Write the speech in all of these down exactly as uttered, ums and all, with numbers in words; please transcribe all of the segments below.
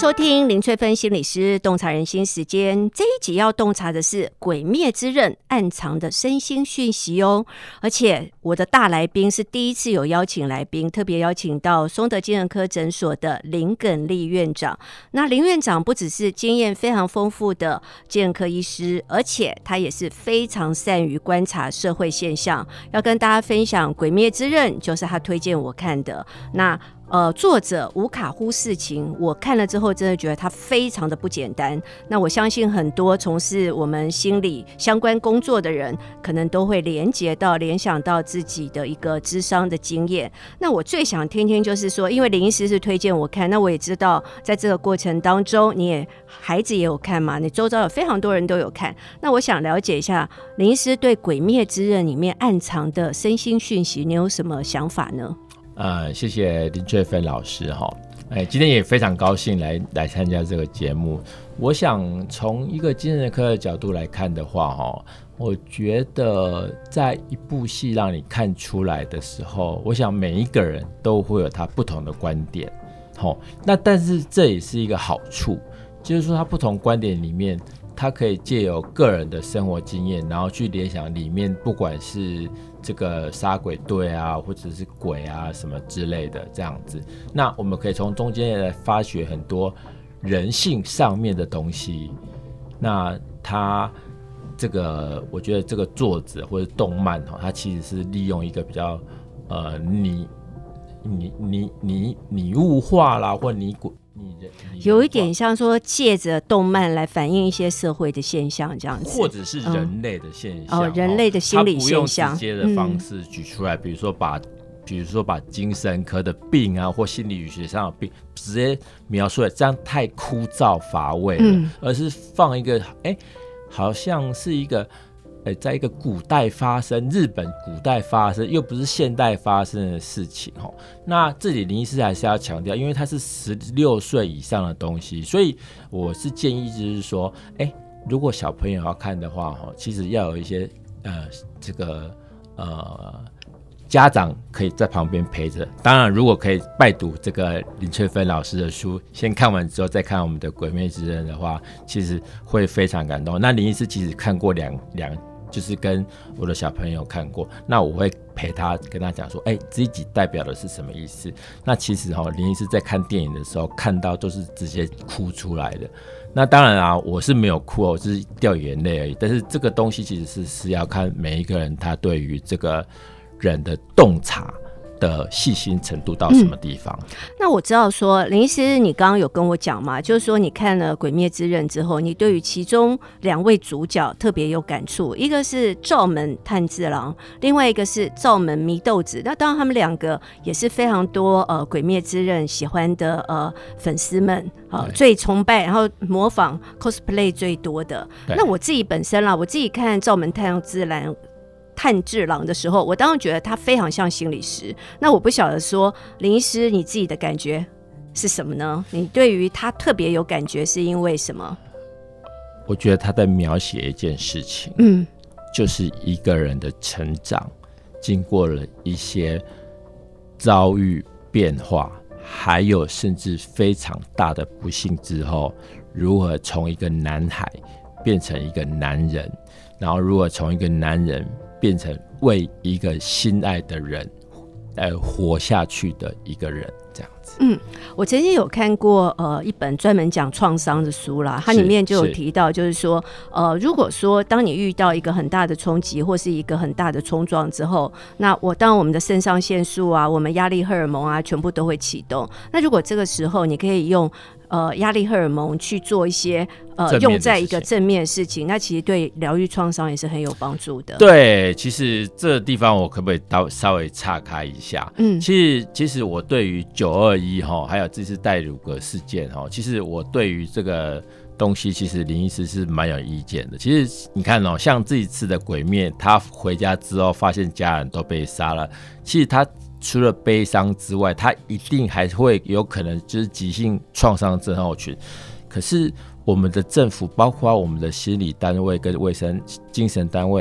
收听林翠芬心理师洞察人心时间，这一集要洞察的是鬼灭之刃暗藏的身心讯息哦。而且我的大来宾是第一次有邀请来宾，特别邀请到松德精神科诊所的林耿立院长。那林院长不只是经验非常丰富的精神科医师，而且他也是非常善于观察社会现象。要跟大家分享鬼灭之刃就是他推荐我看的。那呃，作者无卡忽视情，我看了之后真的觉得他非常的不简单。那我相信很多从事我们心理相关工作的人，可能都会连结到、联想到自己的一个諮商的经验。那我最想听听就是说，因为林医师是推荐我看，那我也知道在这个过程当中，你也孩子也有看嘛，你周遭有非常多人都有看。那我想了解一下，林医师对《鬼灭之刃》里面暗藏的身心讯息，你有什么想法呢？ 呃，谢谢林翠芬老师哈，哎，今天也非常高兴来来参加这个节目。我想从一个精神科的角度来看的话哈，我觉得在一部戏让你看出来的时候，我想每一个人都会有他不同的观点，好，那但是这也是一个好处，就是说他不同观点里面，他可以借由个人的生活经验，然后去联想里面不管是这个杀鬼队啊，或者是鬼啊什么之类的这样子，那我们可以从中间来发掘很多人性上面的东西。那他这个我觉得这个作者或者动漫他其实是利用一个比较呃拟拟拟拟拟物化啦，或拟鬼有一点像说借着动漫来反映一些社会的现象这样子， 或者是人类的现象、 嗯哦、人类的心理现象， 他不用直接的方式举出来、嗯、比如说把比如说把精神科的病啊或心理学上的病直接描述来，这样太枯燥乏味了、嗯、而是放一个哎，好像是一个在一个古代发生，日本古代发生，又不是现代发生的事情。那这里林医师还是要强调，因为它是十六岁以上的东西，所以我是建议就是说，欸、如果小朋友要看的话，其实要有一些呃这个呃家长可以在旁边陪着。当然，如果可以拜读这个林翠芬老师的书，先看完之后再看我们的《鬼灭之刃》的话，其实会非常感动。那林医师其实看过两两。就是跟我的小朋友看过，那我会陪他跟他讲说，哎、欸，这一集代表的是什么意思？那其实哈、喔，林医师在看电影的时候看到都是直接哭出来的。那当然啊，我是没有哭哦，我是掉眼泪而已。但是这个东西其实是是要看每一个人他对于这个人的洞察的细心程度到什么地方、嗯、 那我知道说林医师你刚刚有跟我讲嘛，就是说你看了《鬼灭之刃》之后，你对于其中两位主角特别有感触，一个是灶门炭治郎，另外一个是灶门祢豆子。那当然他们两个也是非常多呃《鬼灭之刃》喜欢的呃粉丝们、呃、最崇拜然后模仿 cosplay 最多的。那我自己本身啦，我自己看灶门炭治郎炭治郎的时候，我当然觉得他非常像心理师。那我不晓得说林医师你自己的感觉是什么呢？你对于他特别有感觉是因为什么？ 我觉得他在描写一件事情，嗯，就是一个人的成长经过了一些遭遇变化，还有甚至非常大的不幸之后，如何从一个男孩变成一个男人，然后如何从一个男人变成为一个心爱的人呃活下去的一个人，这样子。 嗯，我曾经有看过呃一本专门讲创伤的书啦，它里面就有提到，就是说呃如果说当你遇到一个很大的冲击或是一个很大的冲撞之后，那我当然我们的肾上腺素啊，我们压力荷尔蒙啊，全部都会启动。那如果这个时候你可以用呃压力荷尔蒙去做一些呃用在一个正面的事情，那其实对疗愈创伤也是很有帮助的。 对，其实这个地方我可不可以稍微岔开一下？嗯，其实其实我对于九二一还有这次戴鲁格事件，其实我对于这个东西，其实林医师是蛮有意见的。其实你看哦，像这一次的鬼灭，他回家之后发现家人都被杀了，其实他除了悲伤之外，他一定还会有可能就是急性创伤症候群。可是我们的政府，包括我们的心理单位跟卫生精神单位，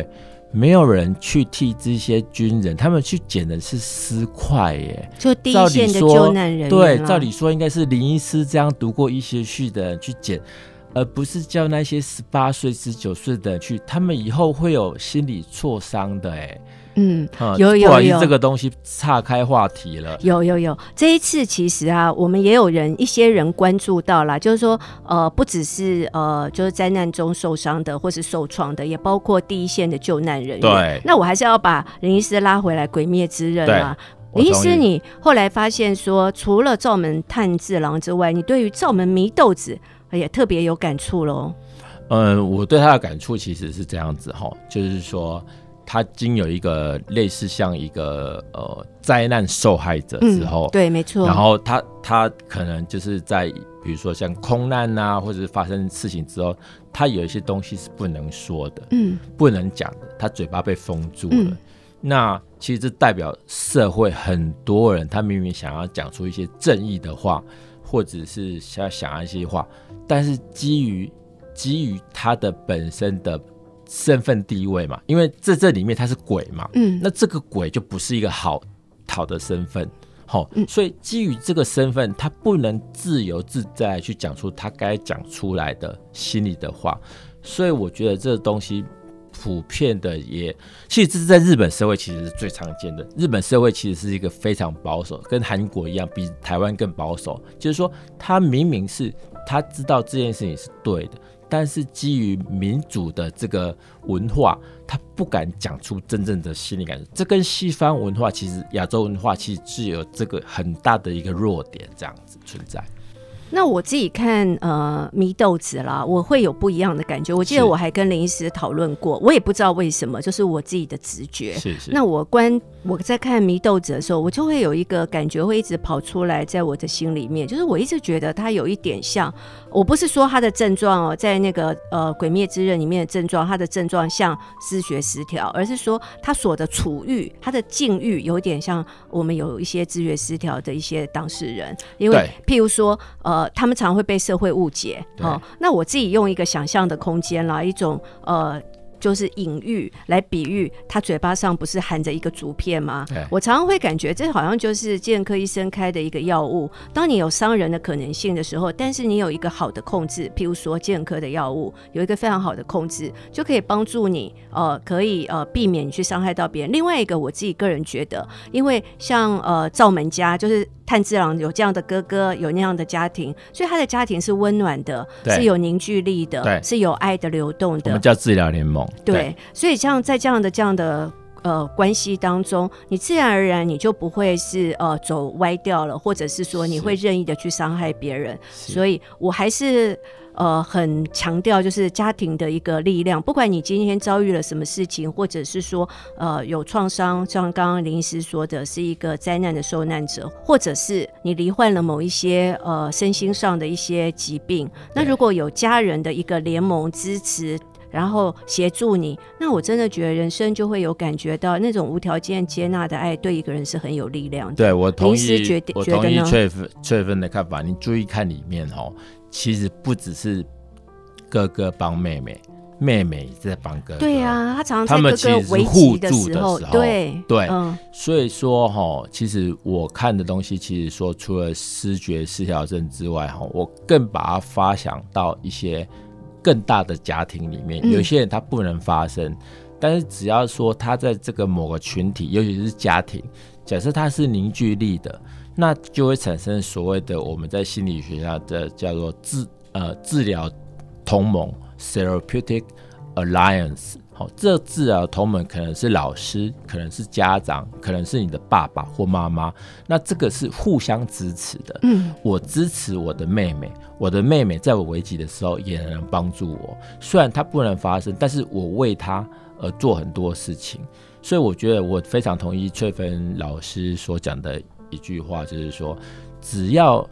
没有人去替这些军人，他们去捡的是尸块耶， 就第一线的救难人员。 对，照理说应该是林医师这样读过医学系的人去捡，而不是叫那些十八岁、十九岁的人去，他们以后会有心理挫伤的哎。 嗯，有有有， 不好意思，这个东西岔开话题了。 有有有，这一次其实啊，我们也有人一些人关注到啦，就是说，呃，不只是呃，就是灾难中受伤的或是受创的，也包括第一线的救难人员。 对， 那我还是要把林医师拉回来，鬼灭之刃啊。林医师，你后来发现说，除了灶门炭治郎之外，你对于灶门祢豆子也特别有感触喽。 嗯，我对他的感触其实是这样子哈，就是说。他经有一个类似像一个呃灾难受害者之后， 嗯、对，没错。 然后他他可能就是在比如说像空难啊，或者是发生事情之后，他有一些东西是不能说的，嗯，不能讲的，他嘴巴被封住了。嗯、那其实这代表社会很多人，他明明想要讲出一些正义的话，或者是想想一些话，但是基于基于他的本身的。身份地位嘛，因为在这里面他是鬼嘛，嗯，那这个鬼就不是一个好好的身份，好、嗯，所以基于这个身份，他不能自由自在去讲出他该讲出来的心里的话，所以我觉得这个东西普遍的也，其实这是在日本社会其实是最常见的。日本社会其实是一个非常保守，跟韩国一样，比台湾更保守，就是说他明明是他知道这件事情是对的。但是基于民主的这个文化，他不敢讲出真正的心理感受。这跟西方文化，其实亚洲文化其实是有这个很大的一个弱点，这样子存在。 那我自己看呃祢豆子啦，我会有不一样的感觉。我记得我还跟林医师讨论过，我也不知道为什么，就是我自己的直觉。 是是。 那我观我在看祢豆子的时候，我就会有一个感觉会一直跑出来，在我的心里面，就是我一直觉得他有一点像，我不是说他的症状哦，在那个呃《鬼灭之刃》里面的症状，他的症状像思觉失调，而是说他所的处遇，他的境遇有点像我们有一些知觉失调的一些当事人，因为譬如说呃。呃，他们常会被社会误解，哦，那我自己用一个想象的空间啦，一种呃。就是隐喻来比喻他嘴巴上不是含着一个竹片吗？我常常会感觉这好像就是精神科医生开的一个药物，当你有伤人的可能性的时候，但是你有一个好的控制，譬如说精神科的药物有一个非常好的控制，就可以帮助你呃可以呃避免你去伤害到别人。另外一个我自己个人觉得，因为像呃灶门家就是炭治郎有这样的哥哥，有那样的家庭，所以他的家庭是温暖的，是有凝聚力的，是有爱的流动的。 我们叫治疗联盟。 对，对，所以像在这样的这样的呃关系当中，你自然而然你就不会是呃走歪掉了，或者是说你会任意的去伤害别人。所以我还是呃很强调就是家庭的一个力量，不管你今天遭遇了什么事情，或者是说呃有创伤，像刚刚林医师说的是一个灾难的受难者，或者是你罹患了某一些呃身心上的一些疾病，那如果有家人的一个联盟支持。然后协助你，那我真的觉得人生就会有感觉到那种无条件接纳的爱，对一个人是很有力量的。 对，我同意，我同意翠芬翠芬的看法。你注意看里面哦，其实不只是哥哥帮妹妹，妹妹在帮哥哥。 对啊，他常常在哥哥危急的时候，对对、嗯，所以说哈，其实我看的东西，其实说除了思觉失调症之外哈，我更把它发想到一些。更大的家庭里面，有些人他不能发声、嗯、但是只要说他在这个某个群体，尤其是家庭，假设他是凝聚力的，那就会产生所谓的我们在心理学上的叫做治呃治疗同盟 therapeutic alliance。好，这治疗同盟可能是老师，可能是家长，可能是你的爸爸或妈妈，那这个是互相支持的。嗯，我支持我的妹妹，我的妹妹在我危急的时候也能帮助我。虽然她不能发声，但是我为她而做很多事情。所以我觉得我非常同意翠芬老师所讲的一句话，就是说，只要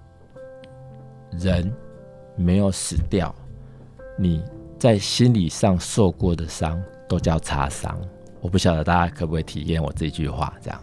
人没有死掉，你在心理上受过的伤都叫擦伤。我不晓得大家可不可以体验我这句话这样子。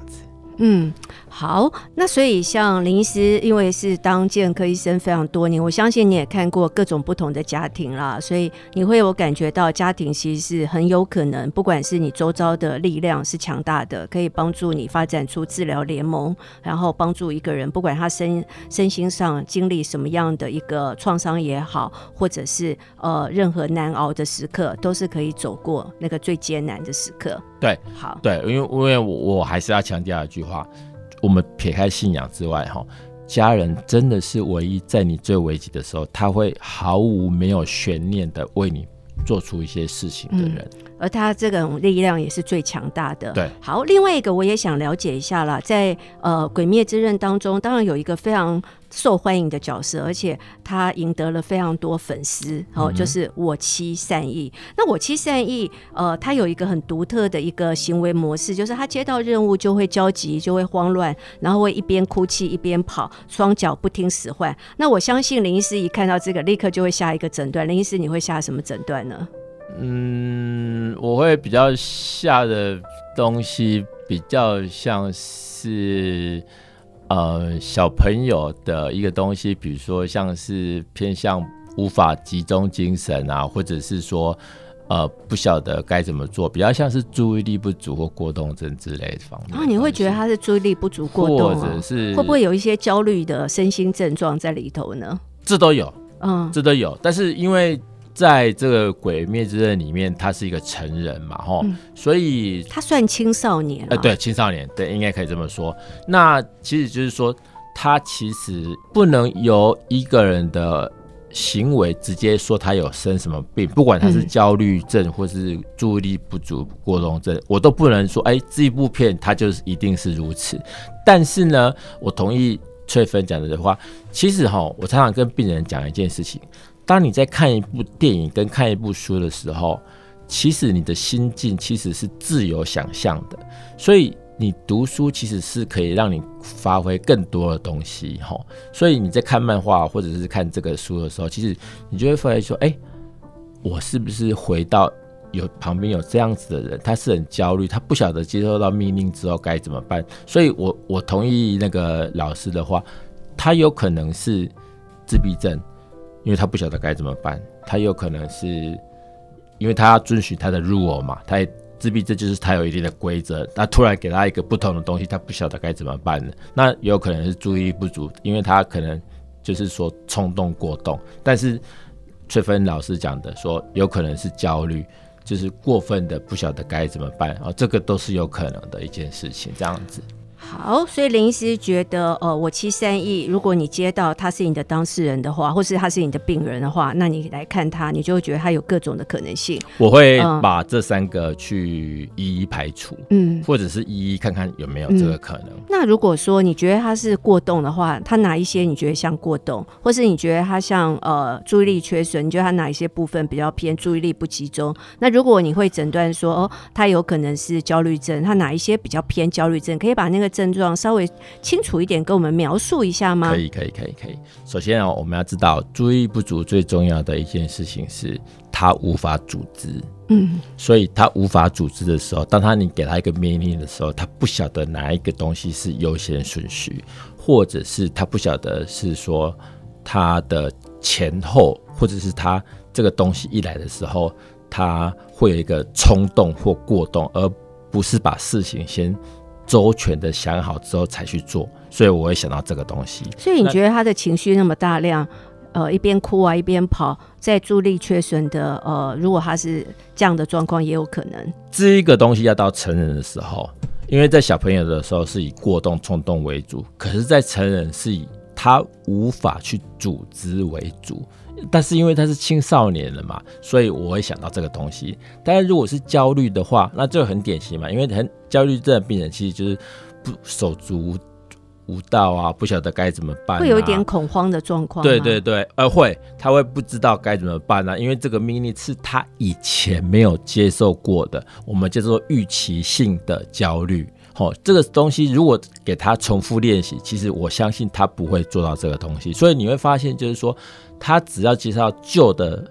嗯，好，那所以像林医师，因为是当精神科医生非常多年，我相信你也看过各种不同的家庭啦，所以你会有感觉到家庭其实是很有可能，不管是你周遭的力量是强大的，可以帮助你发展出治疗联盟，然后帮助一个人，不管他身身心上经历什么样的一个创伤也好，或者是呃任何难熬的时刻，都是可以走过那个最艰难的时刻。 对， 好， 对，因为因为我我还是要强调一句话，我们撇开信仰之外，家人真的是唯一在你最危急的时候，他会毫无没有悬念的为你做出一些事情的人。嗯， 而他这种力量也是最强大的。 对， 好，另外一个我也想了解一下啦，在呃《鬼灭之刃》当中，当然有一个非常受欢迎的角色，而且他赢得了非常多粉丝，哦，嗯，就是我妻善逸。那我妻善逸，呃，他有一个很独特的一个行为模式，就是他接到任务就会焦急，就会慌乱，然后会一边哭泣一边跑，双脚不听使唤。那我相信林医师一看到这个，立刻就会下一个诊断。林医师，你会下什么诊断呢？ 嗯，我会比较下的东西比较像是呃小朋友的一个东西，比如说像是偏向无法集中精神啊，或者是说呃不晓得该怎么做，比较像是注意力不足或过动症之类的方面的。 然后你会觉得他是注意力不足过动， 或者是会不会有一些焦虑的身心症状在里头呢？ 这都有， 嗯，这都有，但是因为在这个《鬼灭之刃》里面，他是一个成人嘛，嗯，所以他算青少年， 呃，对，青少年，对，应该可以这么说。那其实就是说，他其实不能由一个人的行为直接说他有生什么病，不管他是焦虑症或是注意力不足过动症，嗯，我都不能说，哎，这一部片他就是一定是如此。但是呢，我同意翠芬讲的话，其实哈，我常常跟病人讲一件事情。当你在看一部电影跟看一部书的时候，其实你的心境其实是自由想象的，所以你读书其实是可以让你发挥更多的东西。所以你在看漫画或者是看这个书的时候，其实你就会发现说，哎，我是不是回到有旁边有这样子的人，他是很焦虑，他不晓得接受到命令之后该怎么办。所以我我同意那个老师的话，他有可能是自闭症，因为他不晓得该怎么办，他有可能是因为他要遵循他的 rule 嘛，他也自闭症就是他有一定的规则，那突然给他一个不同的东西，他不晓得该怎么办呢？那也有可能是注意力不足，因为他可能就是说冲动过动，但是翠芬老师讲的说有可能是焦虑，就是过分的不晓得该怎么办，哦，这个都是有可能的一件事情，这样子。 好，所以林医师觉得，呃，我妻善逸，如果你接到他是你的当事人的话，或是他是你的病人的话，那你来看他，你就会觉得他有各种的可能性。 我会把这三个去一一排除，嗯，或者是一一看看有没有这个可能。嗯， 那如果说你觉得他是过动的话，他哪一些你觉得像过动，或是你觉得他像呃注意力缺损，你觉得他哪一些部分比较偏注意力不集中？那如果你会诊断说，哦，他有可能是焦虑症，他哪一些比较偏焦虑症？可以把那个症状稍微清楚一点跟我们描述一下吗？ 可以可以可以可以。首先，哦，我们要知道注意力不足最重要的一件事情是他无法组织，嗯，所以他无法组织的时候，当他你给他一个命令的时候，他不晓得哪一个东西是优先顺序，或者是他不晓得是说他的前后，或者是他这个东西一来的时候，他会有一个冲动或过动，而不是把事情先周全的想好之后才去做，所以我会想到这个东西。 所以你觉得他的情绪那么大量，呃，一边哭啊一边跑，在注意力缺损的，呃，如果他是这样的状况，也有可能。 这一个东西要到成人的时候，因为在小朋友的时候是以过动冲动为主，可是在成人是以他无法去组织为主。但是因为他是青少年了嘛，所以我会想到这个东西。但是如果是焦虑的话，那就很典型嘛，因为很焦虑症的病人其实就是不手足无道啊，不晓得该怎么办，啊， 会有一点恐慌的状况。 对对对，呃，会，他会不知道该怎么办啊，因为这个命令是他以前没有接受过的，我们叫做预期性的焦虑。哦，这个东西如果给他重复练习，其实我相信他不会做到这个东西。所以你会发现，就是说，他只要接受到旧的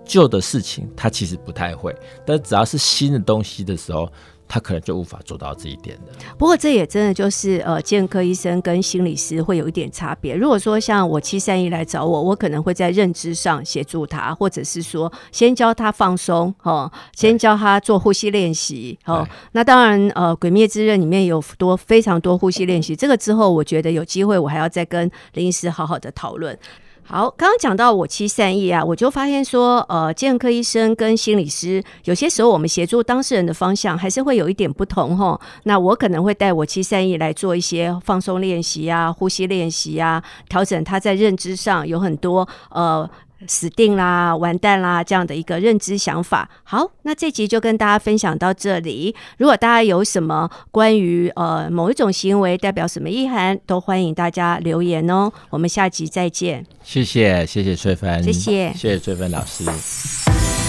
旧的事情他其实不太会，但只要是新的东西的时候，他可能就无法做到这一点的。 不过这也真的就是呃，健科医生跟心理师会有一点差别。如果说像我七三一来找我，我可能会在认知上协助他，或者是说先教他放松哦，先教他做呼吸练习哦。那当然呃，鬼灭之刃里面有多非常多呼吸练习，这个之后我觉得有机会我还要再跟林医师好好的讨论。好，刚刚讲到我七三一啊，我就发现说，呃，健科医生跟心理师有些时候我们协助当事人的方向还是会有一点不同齁。那我可能会带我七三一来做一些放松练习啊、呼吸练习啊，调整他在认知上有很多呃。死定啦，完蛋啦，这样的一个认知想法。好，那这集就跟大家分享到这里。如果大家有什么关于呃某一种行为代表什么意涵，都欢迎大家留言哦。我们下集再见。 谢谢，谢谢翠芬， 谢谢， 谢谢翠芬老师。